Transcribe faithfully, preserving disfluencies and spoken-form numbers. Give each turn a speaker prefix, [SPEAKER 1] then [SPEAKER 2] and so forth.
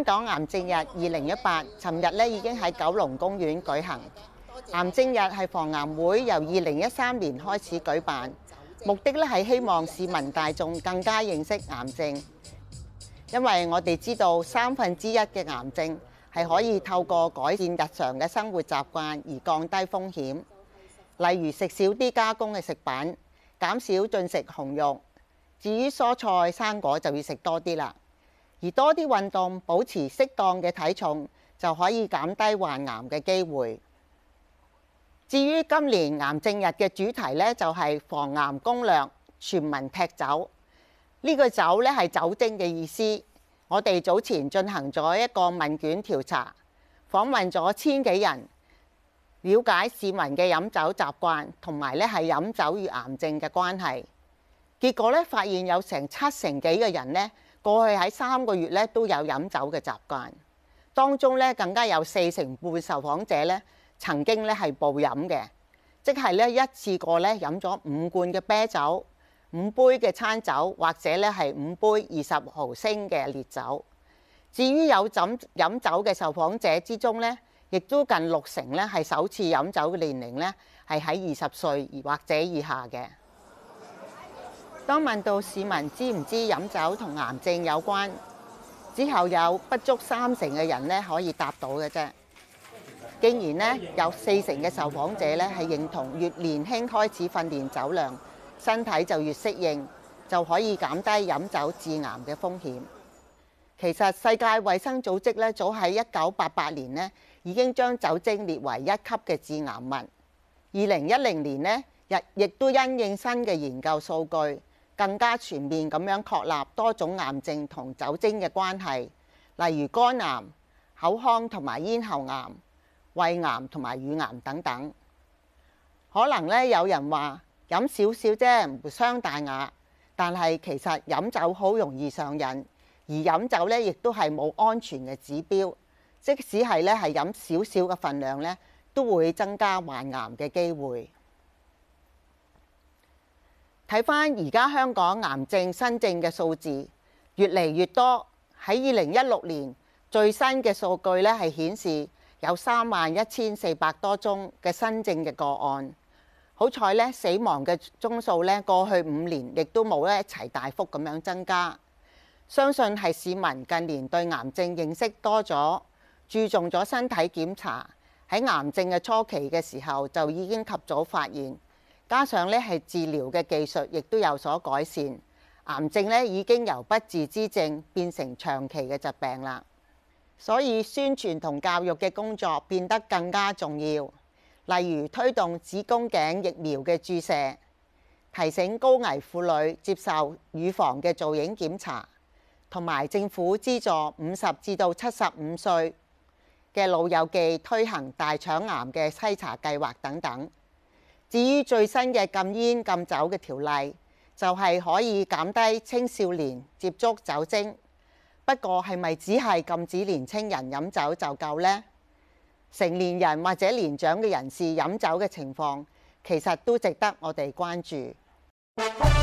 [SPEAKER 1] 香港癌症日二零一八，尋日咧已經喺九龍公園舉行。癌症日係防癌會由二零一三年開始舉辦，目的咧係希望市民大眾更加認識癌症，因為我哋知道三分之一嘅癌症係可以透過改善日常嘅生活習慣而降低風險，例如食少啲加工嘅食品，減少進食紅肉。至於蔬菜生果就要食多啲啦。而多啲運動，保持適當嘅體重，就可以減低患癌嘅機會。至於今年癌症日嘅主題咧，就係防癌攻略，全民踢酒。呢個酒咧係酒精嘅意思。我哋早前進行咗一個問卷調查，訪問咗千幾人，了解市民嘅飲酒習慣，同埋咧係飲酒與癌症嘅關係。結果咧發現有成七成幾嘅人咧，過去喺三個月咧都有飲酒嘅習慣，當中咧更加有四成半受訪者咧曾經咧係暴飲嘅，即係咧一次過咧飲咗五罐嘅啤酒、五杯嘅餐酒，或者咧係五杯二十毫升嘅烈酒。至於有飲飲酒嘅受訪者之中咧，亦都近六成咧係首次飲酒嘅年齡咧係喺二十歲或者以下嘅。當問到市民知唔知飲酒同癌症有關，之後有不足三成嘅人咧可以答到嘅啫。竟然咧有四成嘅受訪者咧係認同越年輕開始訓練酒量，身體就越適應，就可以減低飲酒致癌嘅風險。其實世界衛生組織咧早喺一九八八年咧已經將酒精列為一級嘅致癌物。二零一零年咧亦亦都因應新嘅研究數據，更加全面咁樣確立多種癌症同酒精嘅關係，例如肝癌、口腔同埋咽喉癌、胃癌同埋乳癌等等。可能咧有人話飲少少啫，唔會傷大雅，但係其實飲酒好容易上癮，而飲酒咧亦都係冇安全嘅指標，即使係咧係飲少少嘅份量咧，都會增加患癌嘅機會。睇返而家香港癌症新症嘅數字越嚟越多，喺二零一六年最新嘅數據咧係顯示有三萬一千四百多宗嘅新症嘅個案。好彩咧，死亡嘅宗數咧過去五年亦都冇咧一齊大幅咁樣增加。相信係市民近年對癌症認識多咗，注重咗身體檢查，喺癌症嘅初期嘅時候就已經及早發現。加上咧係治療嘅技術亦都有所改善，癌症咧已經由不治之症變成長期嘅疾病啦。所以宣傳同教育嘅工作變得更加重要，例如推動子宮頸疫苗嘅注射，提醒高危婦女接受乳房嘅造影檢查，同埋政府資助五十至到七十五歲嘅老友記推行大腸癌嘅篩查計劃等等。至於最新嘅禁煙禁酒嘅條例，就係可以減低青少年接觸酒精。不過係咪只係禁止年青人飲酒就夠呢？成年人或者年長嘅人士飲酒嘅情況，其實都值得我哋關注。